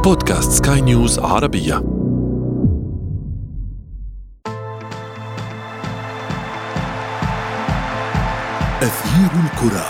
بودكاست سكاي نيوز عربية. أثير الكرة.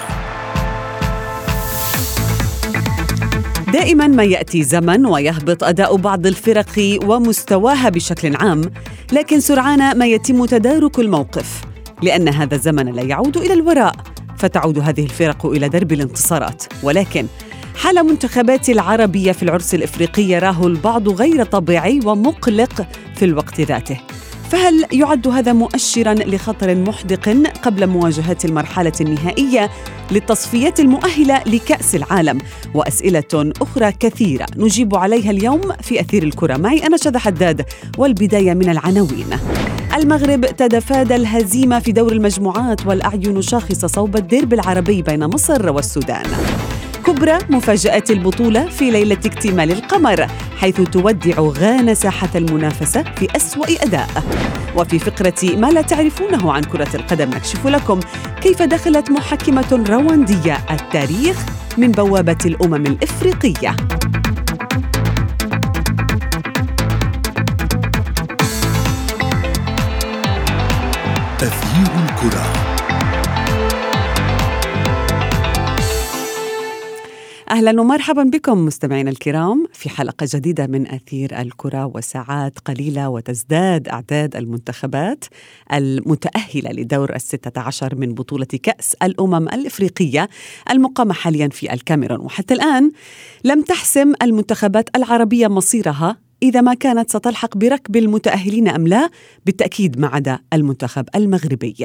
دائما ما يأتي زمن ويهبط أداء بعض الفرق ومستواها بشكل عام، لكن سرعان ما يتم تدارك الموقف، لأن هذا الزمن لا يعود إلى الوراء، فتعود هذه الفرق إلى درب الانتصارات. ولكن حال منتخبات العربية في العرس الإفريقي يراه البعض غير طبيعي ومقلق في الوقت ذاته. فهل يعد هذا مؤشراً لخطر محدق قبل مواجهة المرحلة النهائية للتصفيات المؤهلة لكأس العالم؟ وأسئلة أخرى كثيرة نجيب عليها اليوم في أثير الكرة. معي أنا شذى حداد، والبداية من العناوين. المغرب تتفادى الهزيمة في دور المجموعات والأعين شاخصة صوب الديرب العربي بين مصر والسودان. كبرى مفاجآت البطولة في ليلة اكتمال القمر، حيث تودع غانا ساحة المنافسة في أسوأ أداء. وفي فقرة ما لا تعرفونه عن كرة القدم نكشف لكم كيف دخلت محكمة رواندية التاريخ من بوابة الأمم الإفريقية. أثير الكرة. أهلا ومرحبا بكم مستمعينا الكرام في حلقة جديدة من أثير الكرة. وساعات قليلة وتزداد أعداد المنتخبات المتأهلة لدور 16 من بطولة كأس الأمم الإفريقية المقامة حاليا في الكاميرون. وحتى الآن لم تحسم المنتخبات العربية مصيرها إذا ما كانت ستلحق بركب المتأهلين أم لا، بالتأكيد ما عدا المنتخب المغربي.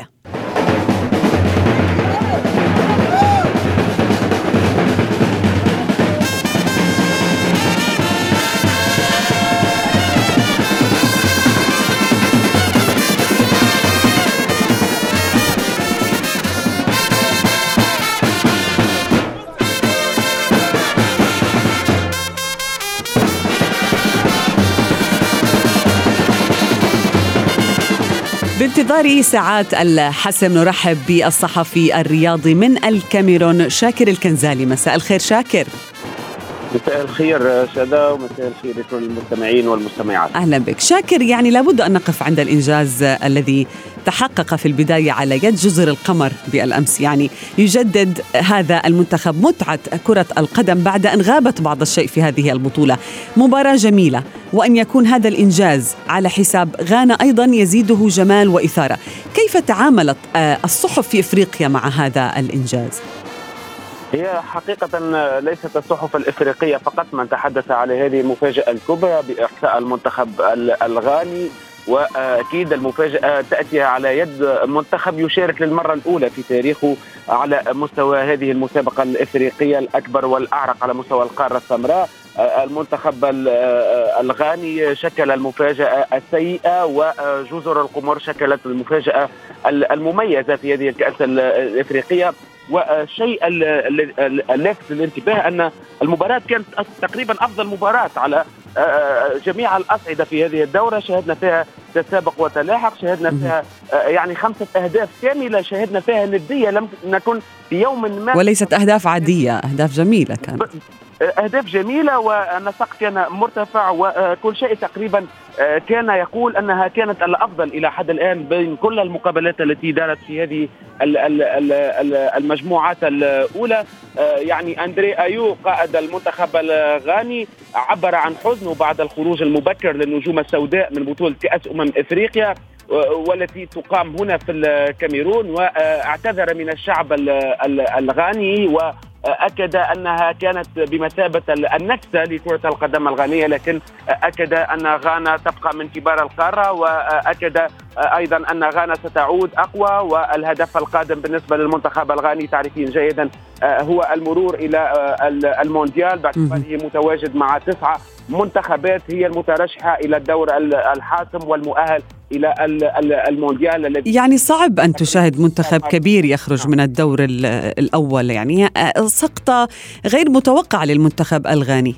بانتظار ساعات الحسم نرحب بالصحفي الرياضي من الكاميرون شاكر الكنزالي. مساء الخير شاكر. مساء الخير شذى، ومساء الخير لكل المستمعين والمستمعات. أهلا بك شاكر. يعني لابد أن نقف عند الإنجاز الذي تحقق في البداية على يد جزر القمر بالأمس. يعني يجدد هذا المنتخب متعة كرة القدم بعد أن غابت بعض الشيء في هذه البطولة. مباراة جميلة، وأن يكون هذا الإنجاز على حساب غانا أيضا يزيده جمال وإثارة. كيف تعاملت الصحف في إفريقيا مع هذا الإنجاز؟ هي حقيقة ليست الصحف الإفريقية فقط من تحدث على هذه المفاجأة الكبرى بإحصاء المنتخب الغاني، وأكيد المفاجأة تأتي على يد منتخب يشارك للمرة الأولى في تاريخه على مستوى هذه المسابقة الإفريقية الأكبر والأعرق على مستوى القارة السمراء. المنتخب الغاني شكل المفاجأة السيئة، وجزر القمر شكلت المفاجأة المميزة في هذه الكأس الإفريقية. والشيء اللافت للانتباه أن المباراة كانت تقريبا أفضل مباراة على جميع الأصعدة في هذه الدورة. شاهدنا فيها تسابق وتلاحق، شاهدنا فيها يعني 5 أهداف كاملة، شاهدنا فيها ندية لم نكن في يوم ما، وليست أهداف عادية، أهداف جميلة كانت، أهداف جميلة، والنسق كان مرتفع، وكل شيء تقريبا كان يقول أنها كانت الأفضل إلى حد الآن بين كل المقابلات التي دارت في هذه المجموعات الأولى. يعني أندري أيو قائد المنتخب الغاني عبر عن حزنه بعد الخروج المبكر للنجوم السوداء من بطولة كأس إفريقيا والتي تقام هنا في الكاميرون، واعتذر من الشعب الغاني، وأكد أنها كانت بمثابة النكسة لكرة القدم الغانية، لكن أكد أن غانا تبقى من كبار القارة، وأكد أيضا أن غانا ستعود أقوى. والهدف القادم بالنسبة للمنتخب الغاني تعرفين جيدا هو المرور إلى المونديال، باعتباره متواجد مع 9 منتخبات هي المترشحة إلى الدور الحاسم والمؤهل إلى المونديال الذي يعني صعب أن تشاهد منتخب كبير يخرج من الدور الأول. يعني سقطة غير متوقعة للمنتخب الغاني.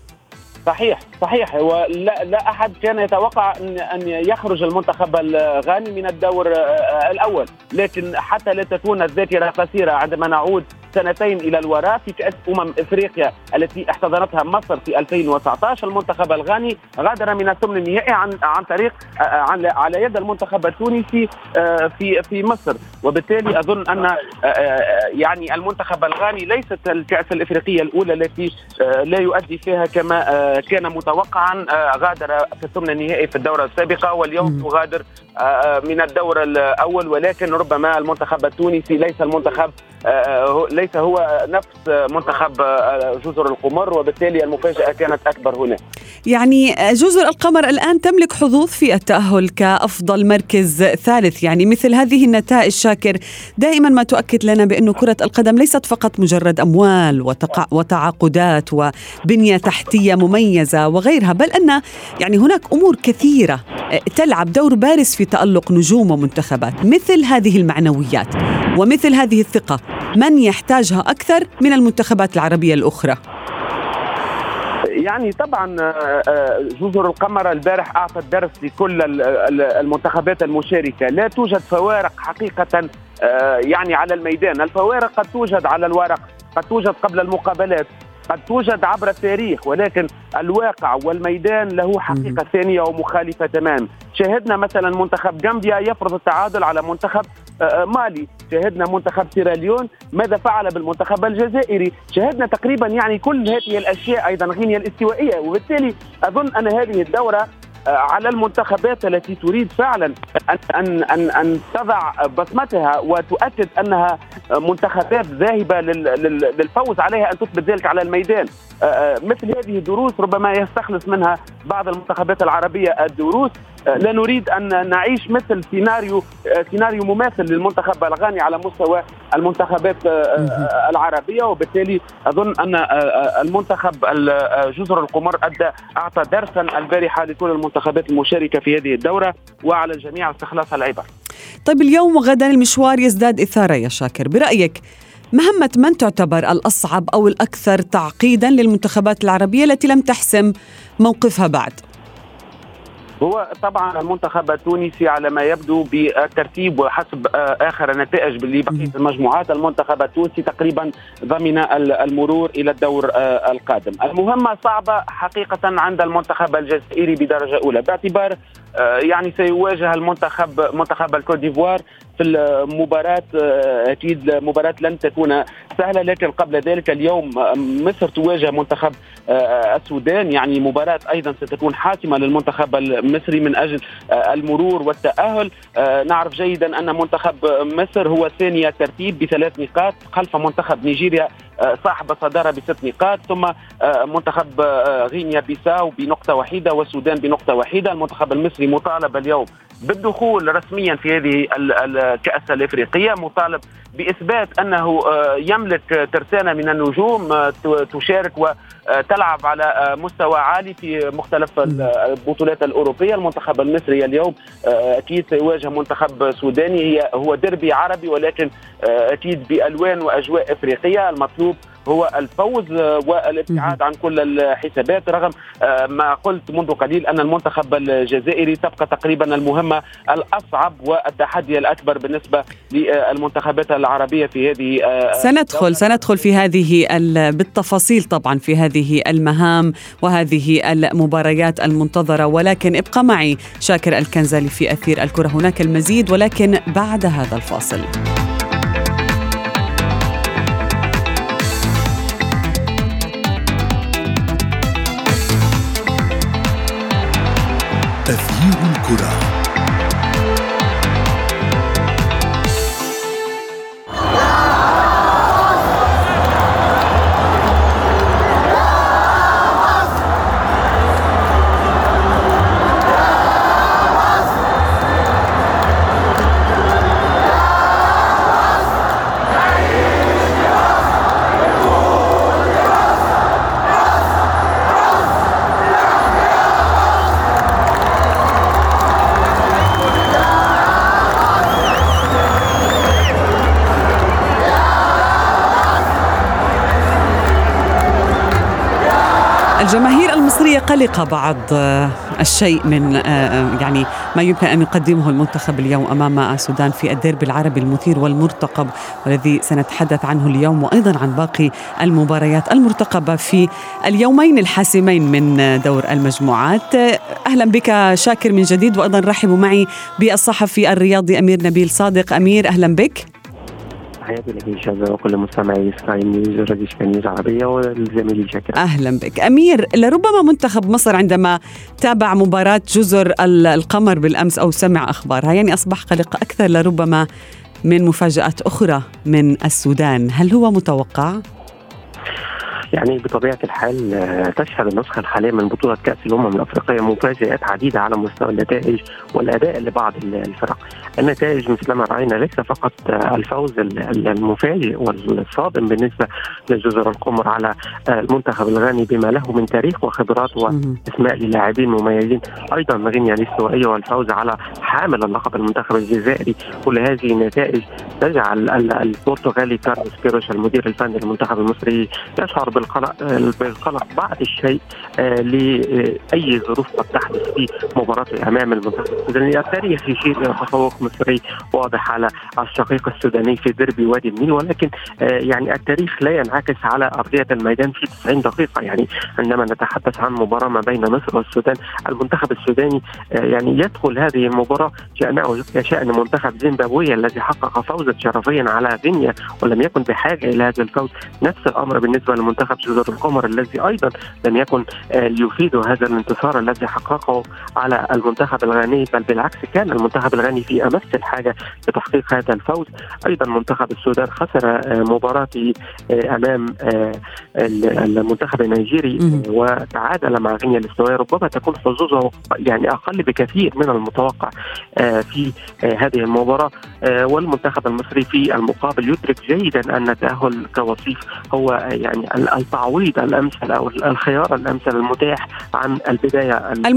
صحيح ولا أحد كان يتوقع أن يخرج المنتخب الغاني من الدور الأول، لكن حتى لا تكون الذاكرة قصيرة عندما نعود سنتين إلى الوراء في كأس إفريقيا التي احتضنتها مصر في 2019. المنتخب الغاني غادر من الثمن النهائي عن طريق على يد المنتخب التونسي في مصر، وبالتالي أظن أن يعني المنتخب الغاني ليست الكأس الإفريقية الأولى التي لا يؤدي فيها كما كان متوقعا. غادر في الثمن النهائي في الدورة السابقة، واليوم يغادر من الدور الأول، ولكن ربما المنتخب التونسي ليس هو نفس منتخب جزر القمر، وبالتالي المفاجأة كانت أكبر هنا. يعني جزر القمر الآن تملك حظوظ في التأهل كأفضل مركز ثالث. يعني مثل هذه النتائج شاكر دائما ما تؤكد لنا بأنه كرة القدم ليست فقط مجرد أموال وتعاقدات وبنية تحتية مميزة وغيرها، بل أن يعني هناك أمور كثيرة تلعب دور بارز في تألق نجوم ومنتخبات. مثل هذه المعنويات ومثل هذه الثقة من يحتاجها أكثر من المنتخبات العربية الأخرى؟ يعني طبعا جزر القمر البارح أعطت درس لكل المنتخبات المشاركة. لا توجد فوارق حقيقة يعني على الميدان. الفوارق قد توجد على الورق، قد توجد قبل المقابلات، قد توجد عبر التاريخ، ولكن الواقع والميدان له حقيقة ثانية ومخالفة تماما. شاهدنا مثلا منتخب غامبيا يفرض التعادل على منتخب مالي، شاهدنا منتخب سيراليون ماذا فعل بالمنتخب الجزائري، شاهدنا تقريبا يعني كل هذه الأشياء، أيضا غينيا الاستوائية. وبالتالي أظن أن هذه الدورة على المنتخبات التي تريد فعلا أن تضع بصمتها وتؤكد أنها منتخبات ذاهبة للفوز، عليها أن تثبت ذلك على الميدان. مثل هذه الدروس ربما يستخلص منها بعض المنتخبات العربية الدروس. لا نريد أن نعيش مثل سيناريو مماثل للمنتخب الغاني على مستوى المنتخبات العربية، وبالتالي أظن أن المنتخب جزر القمر أعطى درسا البارحة لكل المنتخبات المشاركة في هذه الدورة، وعلى الجميع استخلاص العبر. طيب اليوم وغدا المشوار يزداد إثارة يا شاكر، برأيك مهمة من تعتبر الأصعب أو الأكثر تعقيدا للمنتخبات العربية التي لم تحسم موقفها بعد؟ هو طبعا المنتخب التونسي على ما يبدو بالترتيب وحسب آخر نتائج لبقية المجموعات، المنتخب التونسي تقريبا ضمن المرور إلى الدور القادم. المهمة صعبة حقيقة عند المنتخب الجزائري بدرجة أولى، باعتبار يعني سيواجه منتخب الكوت ديفوار في المباراة. أكيد مباراة لن تكون سهلة، لكن قبل ذلك اليوم مصر تواجه منتخب السودان، يعني مباراة أيضا ستكون حاسمة للمنتخب المصري من أجل المرور والتأهل. نعرف جيدا أن منتخب مصر هو ثاني الترتيب ب3 نقاط خلف منتخب نيجيريا صاحب الصدارة ب6 نقاط، ثم منتخب غينيا بيساو بنقطة واحدة والسودان بنقطة واحدة. المنتخب المصري مطالب اليوم بالدخول رسميا في هذه الكأس الإفريقية، مطالب بإثبات أنه يملك ترسانة من النجوم تشارك وتلعب على مستوى عالي في مختلف البطولات الأوروبية. المنتخب المصري اليوم أكيد سيواجه منتخب سوداني، هو دربي عربي، ولكن أكيد بألوان وأجواء إفريقية. المطلوب هو الفوز والابتعاد عن كل الحسابات، رغم ما قلت منذ قليل أن المنتخب الجزائري تبقى تقريبا المهمة الأصعب والتحدي الأكبر بالنسبة للمنتخبات العربية في هذه. سندخل في هذه بالتفاصيل طبعا في هذه المهام وهذه المباريات المنتظرة، ولكن ابقى معي شاكر الكنزالي في أثير الكرة. هناك المزيد ولكن بعد هذا الفاصل. أثير الكرة. الجماهير المصرية قلقة بعض الشيء من يعني ما يمكن أن يقدمه المنتخب اليوم أمام السودان في الديربي العربي المثير والمرتقب، والذي سنتحدث عنه اليوم، وأيضا عن باقي المباريات المرتقبة في اليومين الحاسمين من دور المجموعات. أهلا بك شاكر من جديد، وأيضا رحبوا معي بالصحفي الرياضي أمير نبيل صادق. أمير أهلا بك. تحياتي لك إن شاء الله وكل مستمعي سكاي نيوز وراديو سكاي نيوز عربية والزميل شاكر. أهلا بك أمير. لربما منتخب مصر عندما تابع مباراة جزر القمر بالأمس أو سمع أخبارها يعني أصبح قلق أكثر لربما من مفاجآت أخرى من السودان. هل هو متوقع؟ يعني بطبيعة الحال تشهد النسخة الحالية من بطولة كأس الأمم الأفريقية مفاجآت عديدة على مستوى النتائج والأداء لبعض الفرق. النتائج مثلما رأينا ليس فقط الفوز المفاجئ والصادم بالنسبة لجزر القمر على المنتخب الغاني بما له من تاريخ وخبرات واسماء للاعبين مميزين، أيضا غينيا الاستوائية والفوز على حامل اللقب المنتخب الجزائري. كل هذه النتائج تجعل البرتغالي كارلوس كيروش المدير الفني للمنتخب المصري يشعر بالقلق بعض الشيء لأي ظروف قد تحدث في مباراته أمام المنتخب السوداني. التاريخ يشير إلى تفوق مصري واضح على الشقيق السوداني في ديربي وادي النيل، ولكن يعني التاريخ لا ينعكس على أرضية الميدان في 90 دقيقة. يعني عندما نتحدث عن مباراة ما بين مصر والسودان، المنتخب السوداني يعني يدخل هذه المباراة كشأن منتخب زيمبابوي الذي حقق فوزا شرفيا على غينيا ولم يكن بحاجة إلى هذا الفوز. نفس الأمر بالنسبة لمنتخب جزر القمر الذي أيضا لم يكن ليفيد هذا الانتصار الذي حققه على المنتخب الغاني، بل بالعكس كان المنتخب الغاني في أمس الحاجة لتحقيق هذا الفوز. أيضا منتخب السودان خسر مباراته أمام المنتخب النيجيري وتعادل مع غينيا الاستوائية. ربما تكون حظوظه يعني أقل بكثير من المتوقع في هذه المباراة، والمنتخب المصري في المقابل يدرك جيدا أن التأهل كوصيف هو يعني التعويض الأمثل أو الخيار الأمثل المتاح عن البداية.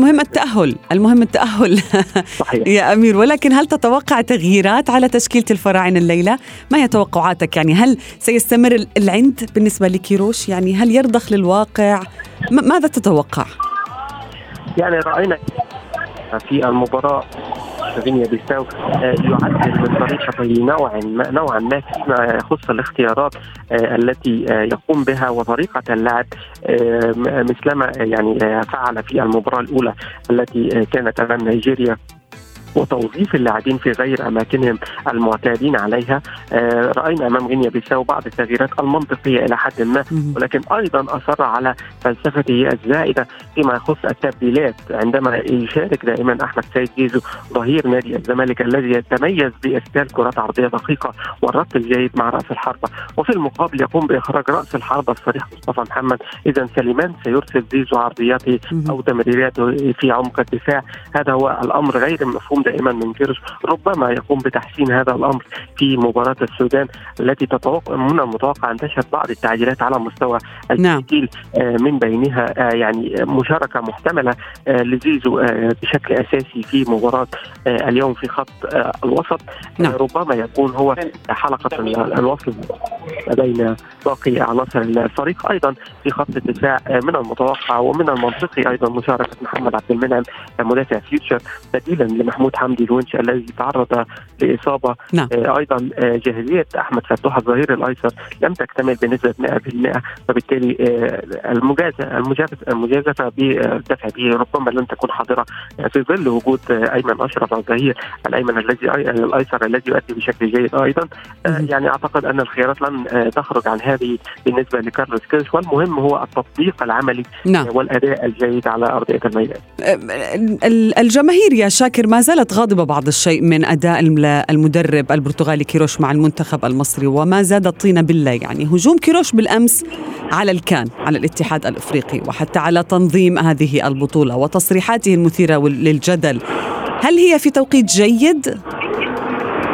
المهم التأهل صحيح يا أمير. ولكن هل تتوقع تغييرات على تشكيلة الفراعنة الليلة؟ ما هي توقعاتك؟ يعني هل سيستمر العند بالنسبة لكيروش؟ يعني هل يرضخ للواقع؟ ماذا تتوقع؟ يعني رأينا في المباراة غينيا بيساو يعدل من طريقة نوعا ما فيما يخص الاختيارات التي يقوم بها وطريقة اللعب، مثلما يعني فعل في المباراة الأولى التي كانت أمام نيجيريا، وتوظيف اللاعبين في غير أماكنهم المعتادين عليها. رأينا أمام غينيا بيساو بعض التغييرات المنطقية إلى حد ما، ولكن أيضا أصر على فلسفته الزائدة فيما يخص التبديلات، عندما يشارك دائما أحمد سيد زيزو ظهير نادي الزمالك الذي يتميز بإرسال كرات عرضية دقيقة والربط الجيد مع رأس الحربة، وفي المقابل يقوم بإخراج رأس الحربة الصريح مصطفى محمد. إذا سليمان سيرسل زيزو عرضياته أو تمريراته في عمق الدفاع. هذا هو الأمر غير مفهوم دائما من كيروش. ربما يقوم بتحسين هذا الأمر في مباراة السودان التي من المتوقع أن تشهد بعض التعديلات على مستوى التشكيل، من بينها يعني مشاركة محتملة لزيزو بشكل أساسي في مباراة اليوم في خط الوسط. ربما يكون هو حلقة الوصل بين باقي عناصر الفريق. أيضا في خط الدفاع من المتوقع ومن المنطقي أيضا مشاركة محمد عبد المنعم مدافع فيوتشر بديلا لمحمود حمدي الونش الذي تعرض لإصابة. أيضا جاهزية أحمد فتوح الظهير الأيسر لم تكتمل بنسبة 100%، فبالتالي المجازفة بالدفع به ربما لن تكون حاضرة في ظل وجود أيمن أشرف الظهير الأيمن الأيسر الذي يؤدي بشكل جيد أيضا. يعني أعتقد أن الخيارات لن تخرج عن هذه بالنسبة لكارلوس كيروش، والمهم هو التطبيق العملي والأداء الجيد على أرضية الميدان. الجماهير يا شاكر ما زالت غاضبة بعض الشيء من أداء المدرب البرتغالي كيروش مع المنتخب المصري، وما زاد الطين بلة. يعني هجوم كيروش بالأمس على على الاتحاد الأفريقي وحتى على تنظيم هذه البطولة وتصريحاته المثيرة للجدل، هل هي في توقيت جيد؟ هو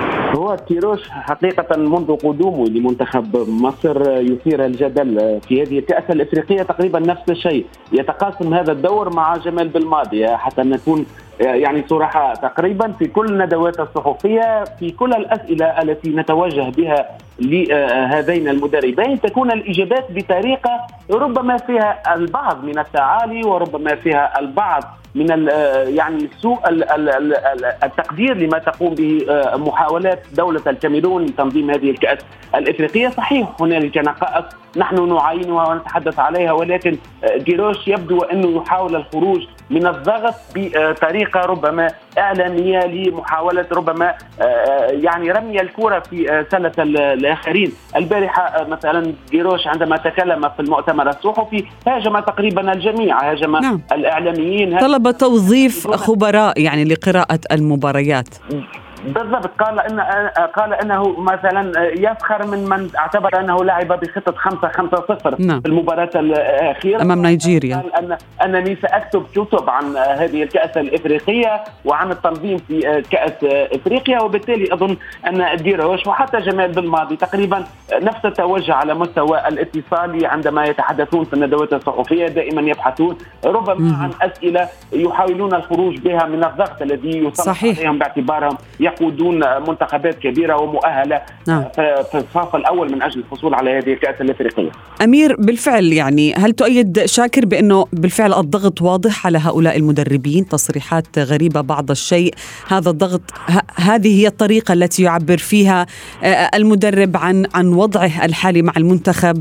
هو كيروش حقيقة منذ قدومه لمنتخب مصر يثير الجدل في هذه الكأس الإفريقية. تقريبا نفس الشيء، يتقاسم هذا الدور مع جمال بالماضي حتى نكون يعني صراحة. تقريبا في كل الندوات الصحفية، في كل الأسئلة التي نتوجه بها لهذين المدربين، تكون الإجابات بطريقة ربما فيها البعض من التعالي وربما فيها البعض من يعني سوء التقدير لما تقوم به محاولات دولة الكاميرون لتنظيم هذه الكأس الإفريقية. صحيح هنالك نقائص نحن نعاينها ونتحدث عليها، ولكن كيروش يبدو أنه يحاول الخروج من الضغط بطريقة ربما إعلامية لمحاولة ربما يعني رمي الكرة في سلة الآخرين. البارحة مثلا كيروش عندما تكلم في المؤتمر الصحفي هاجم تقريبا الجميع، هاجم الإعلاميين، طلب توظيف خبراء يعني لقراءة المباريات. بالضبط، قال انه مثلا يفخر من اعتبر انه لعب بخطه 5-5-0 في المباراه الاخيره امام نيجيريا. قال انني ساكتب كتب عن هذه الكأس الافريقيه وعن التنظيم في كأس افريقيا، وبالتالي اظن ان كيروش وحتى جمال بالماضي تقريبا نفس التوجه على مستوى الاتصال عندما يتحدثون في الندوات الصحفيه. دائما يبحثون ربما عن اسئله يحاولون الخروج بها من الضغط الذي يسلط عليهم باعتبارهم يقودون منتخبات كبيرة ومؤهلة في الصف الأول من أجل الحصول على هذه الكأس الأفريقية. أمير، بالفعل يعني هل تؤيد شاكر بأنه بالفعل الضغط واضح على هؤلاء المدربين؟ تصريحات غريبة بعض الشيء. هذا الضغط، هذه هي الطريقة التي يعبر فيها المدرب عن وضعه الحالي مع المنتخب؟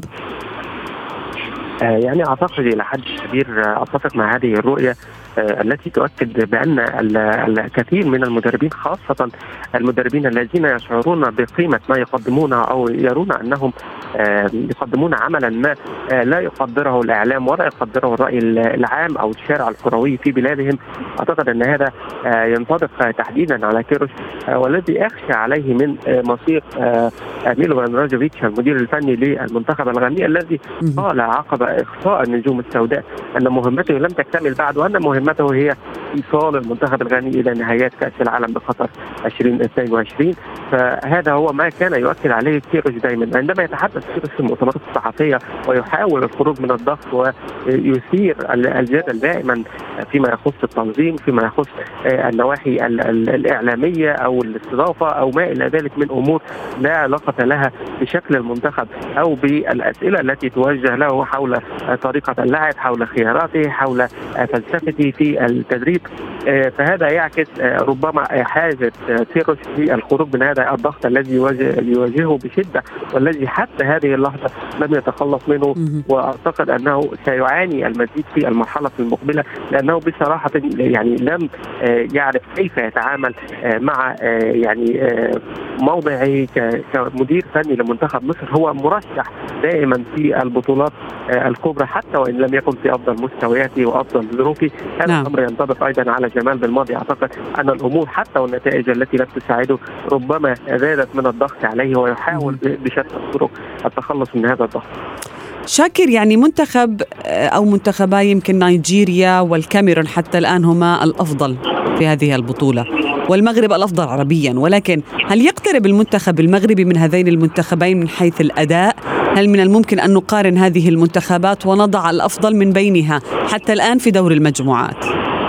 يعني أعتقد إلى حد كبير أتفق مع هذه الرؤية التي تؤكد بأن الكثير من المدربين، خاصة المدربين الذين يشعرون بقيمة ما يقدمونه أو يرون أنهم يقدمون عملا ما لا يقدره الإعلام ولا يقدره الرأي العام أو الشارع الكروي في بلادهم. أعتقد أن هذا ينطبق تحديدا على كيروش، والذي أخشى عليه من مصير ميلوفان راجوفيتش المدير الفني للمنتخب الغاني، الذي قال عقب إخفاء النجوم السوداء أن مهمته لم تكتمل بعد، وأن مهمته هي إيصال المنتخب الغاني إلى نهايات كأس العالم بقطر 2022. فهذا هو ما كان يؤكد عليه كيروش دائما عندما يتحدث في المؤتمرات الصحفية ويحاول الخروج من الضغط ويثير الجدل دائما فيما يخص التنظيم، فيما يخص النواحي الإعلامية أو الاستضافة أو ما إلى ذلك من أمور لا علاقة لها بشكل المنتخب أو بالأسئلة التي توجه له حول طريقة اللعب، حول خياراته، حول فلسفته في التدريب. فهذا يعكس ربما حاجة كيروش في الخروج من هذا الضغط الذي يواجهه بشدة، والذي حتى هذه اللحظة لم يتخلص منه، وأعتقد أنه سيعاني المزيد في المرحلة المقبلة، لأنه بصراحة يعني لم يعرف كيف يتعامل مع يعني موضعه كمدير فني لمنتخب مصر. هو مرشح دائما في البطولات الكبرى حتى وإن لم يكن في أفضل مستوياته وأفضل ظروفه. هذا الأمر ينطبق أيضا على جمال بالماضي. أعتقد أن الأمور حتى والنتائج التي لم تساعده ربما زادت من الضغط عليه، ويحاول بشتى الطرق التخلص من هذا الضغط. شاكر، يعني منتخب أو منتخبا يمكن نيجيريا والكاميرون حتى الآن هما الأفضل في هذه البطولة، والمغرب الأفضل عربيا، ولكن هل يقترب المنتخب المغربي من هذين المنتخبين من حيث الأداء؟ هل من الممكن أن نقارن هذه المنتخبات ونضع الأفضل من بينها حتى الآن في دور المجموعات؟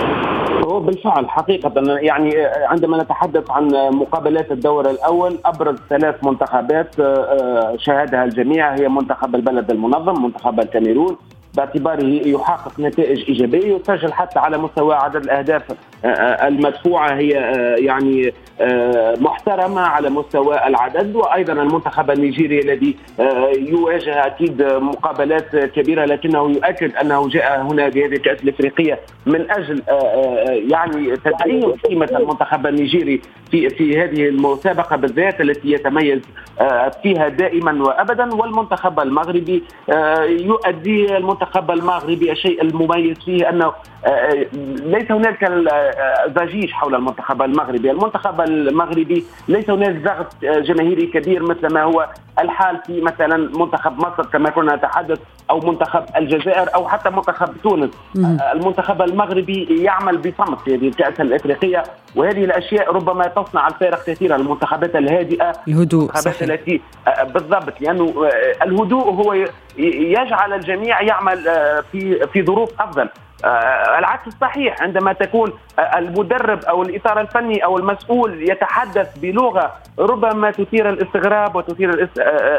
بالفعل حقيقة يعني عندما نتحدث عن مقابلات الدور الأول، أبرز 3 منتخبات شاهدها الجميع هي منتخب البلد المنظم منتخب الكاميرون، باعتباره يحقق نتائج إيجابية ويسجل حتى على مستوى عدد الأهداف المدفوعة هي يعني محترمة على مستوى العدد. وأيضا المنتخب النيجيري الذي يواجه أكيد مقابلات كبيرة، لكنه يؤكد أنه جاء هنا بهذه الكأس الإفريقية من أجل يعني تدعيم قيمة المنتخب النيجيري في هذه المسابقة بالذات التي يتميز فيها دائما وأبدا. والمنتخب المغربي يؤدي المنتخب المغربي الشيء المميز فيه أنه ليس هناك ضجيج حول المنتخب المغربي. المنتخب المغربي ليس هناك ضغط جماهيري كبير مثل ما هو الحال في مثلا منتخب مصر كما كنا نتحدث، أو منتخب الجزائر، أو حتى منتخب تونس. المنتخب المغربي يعمل بصمت في هذه الكأس الإفريقية، وهذه الأشياء ربما تصنع الفارق كثيرا. المنتخبات الهادئة، الهدوء التي بالضبط، لأنه الهدوء هو يجعل الجميع يعمل في ظروف أفضل. العكس صحيح، عندما تكون المدرب أو الإطار الفني أو المسؤول يتحدث بلغة ربما تثير الاستغراب وتثير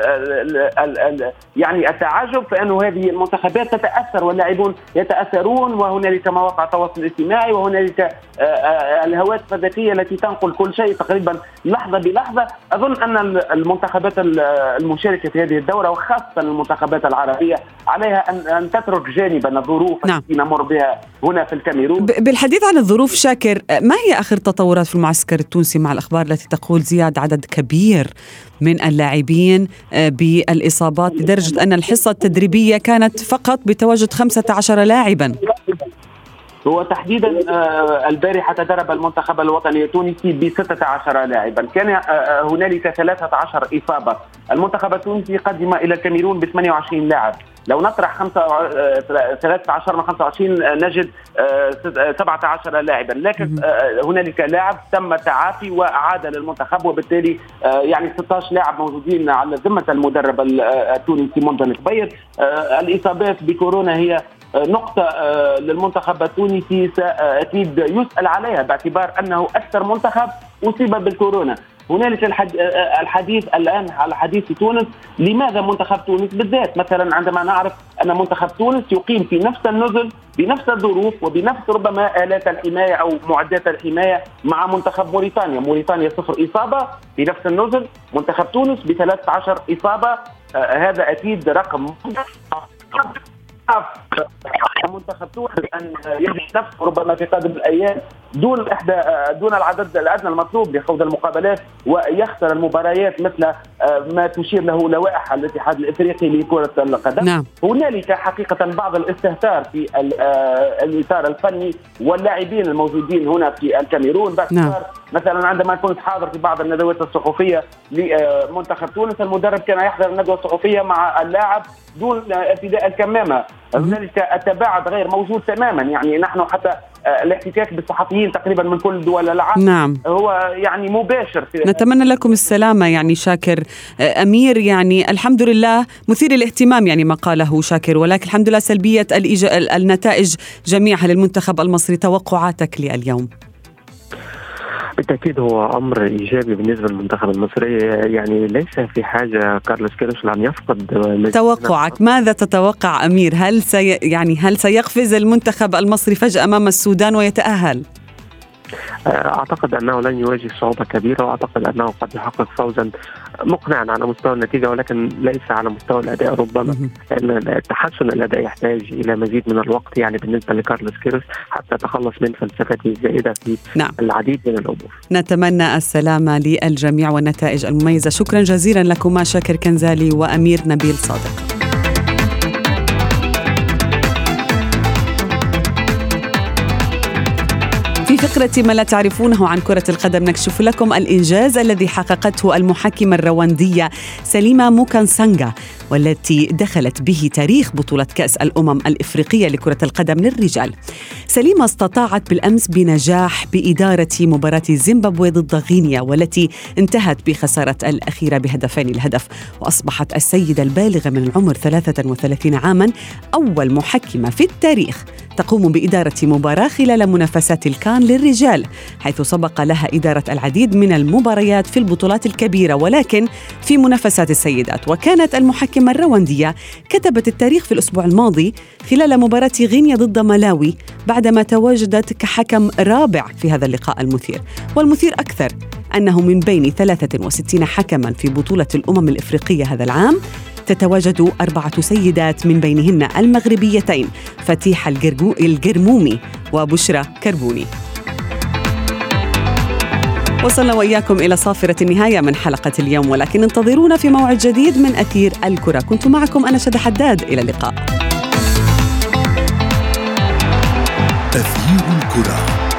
يعني التعجب، فإنه هذه المنتخبات تتأثر واللاعبون يتأثرون، وهنالك مواقع التواصل الاجتماعي وهنالك الهواتف الذكية التي تنقل كل شيء تقريبا لحظة بلحظة. أظن أن المنتخبات المشاركة في هذه الدورة وخاصة المنتخبات العربية عليها أن تترك جانبا الظروف التي نمر بها هنا في الكاميرون. بالحديث عن الظروف شاكر، ما هي آخر التطورات في المعسكر التونسي مع الأخبار التي تقول زياد عدد كبير من اللاعبين بالإصابات لدرجة أن الحصة التدريبية كانت فقط بتواجد 15 لاعبا؟ هو تحديدا البارحة تدرب المنتخب الوطني التونسي ب16 لاعبا، كان هنالك 13 إصابة. المنتخب التونسي قدم إلى الكاميرون ب28 لاعب، لو نطرح 13 من 25 نجد 17 لاعبا، لكن هنالك لاعب تم التعافي وعاد للمنتخب، وبالتالي يعني 16 لاعب موجودين على ذمة المدرب التونسي منذر الكبير. الإصابات بكورونا هي نقطة للمنتخب التونسي أكيد يسأل عليها، باعتبار أنه أكثر منتخب أصيب بالكورونا. هنالك الحديث الآن على حديث تونس، لماذا منتخب تونس بالذات؟ مثلا عندما نعرف أن منتخب تونس يقيم في نفس النزل بنفس الظروف وبنفس ربما آلات الحماية أو معدات الحماية مع منتخب موريتانيا 0 إصابة في نفس النزل، منتخب تونس ب13 إصابة. هذا أكيد رقم منتخب تونس أن يجد نفسه ربما في قادم الأيام دون العدد الأدنى المطلوب لخوض المقابلات ويخسر المباريات مثل ما تشير له لوائح الاتحاد الإفريقي لكرة القدم. نعم. هنالك حقيقة بعض الاستهتار في الإطار الفني واللاعبين الموجودين هنا في الكاميرون، باعتبار مثلا عندما كنت حاضر في بعض الندوات الصحفية لمنتخب تونس، المدرب كان يحضر الندوة الصحفية مع اللاعب دون ارتداء الكمامة. هنالك التباعد غير موجود تماما، يعني نحن حتى الاحتكاك بالصحفيين تقريبا من كل دول العالم نعم. هو يعني مباشر. نتمنى لكم السلامة يعني شاكر. أمير، يعني الحمد لله مثير الاهتمام يعني ما قاله شاكر، ولكن الحمد لله سلبية النتائج جميعها للمنتخب المصري. توقعاتك لليوم؟ بالتأكيد هو أمر إيجابي بالنسبة للمنتخب المصري، يعني ليس في حاجة كارلوس كيروش لأن يفقد. توقعك ماذا تتوقع أمير؟ هل سيقفز المنتخب المصري فجأة أمام السودان ويتأهل؟ أعتقد أنه لن يواجه صعوبة كبيرة، وأعتقد أنه قد يحقق فوزا مقنعا على مستوى النتيجة، ولكن ليس على مستوى الأداء ربما، لأن تحسن الأداء يحتاج إلى مزيد من الوقت يعني بالنسبة لكارلوس كيروش حتى يتخلص من فلسفته الزائدة في العديد من الأمور. نتمنى السلامة للجميع والنتائج المميزة. شكرا جزيلا لكما شاكر كنزالي وأمير نبيل صادق. في فقرة ما لا تعرفونه عن كرة القدم نكشف لكم الإنجاز الذي حققته المحكمة الرواندية سليمة موكانسانغا، والتي دخلت به تاريخ بطولة كأس الأمم الإفريقية لكرة القدم للرجال. سليمة استطاعت بالأمس بنجاح بإدارة مباراة زيمبابوي ضد غينيا، والتي انتهت بخسارة الأخيرة ب2-1، وأصبحت السيدة البالغة من العمر 33 عاما أول محكمة في التاريخ تقوم بإدارة مباراة خلال منافسات الكان للرجال، حيث سبق لها إدارة العديد من المباريات في البطولات الكبيرة، ولكن في منافسات السيدات. وكانت المحكمة الرواندية كتبت التاريخ في الأسبوع الماضي خلال مباراة غينيا ضد مالاوي بعدما تواجدت كحكم رابع في هذا اللقاء المثير. والمثير أكثر أنه من بين 63 حكما في بطولة الأمم الإفريقية هذا العام تتواجد 4 سيدات، من بينهن المغربيتين فتيحة الجرمومي وبشرى كربوني. وصلنا وإياكم إلى صافرة النهاية من حلقة اليوم، ولكن انتظرونا في موعد جديد من أثير الكرة. كنت معكم أنا شذى حداد، إلى اللقاء. أثير الكرة.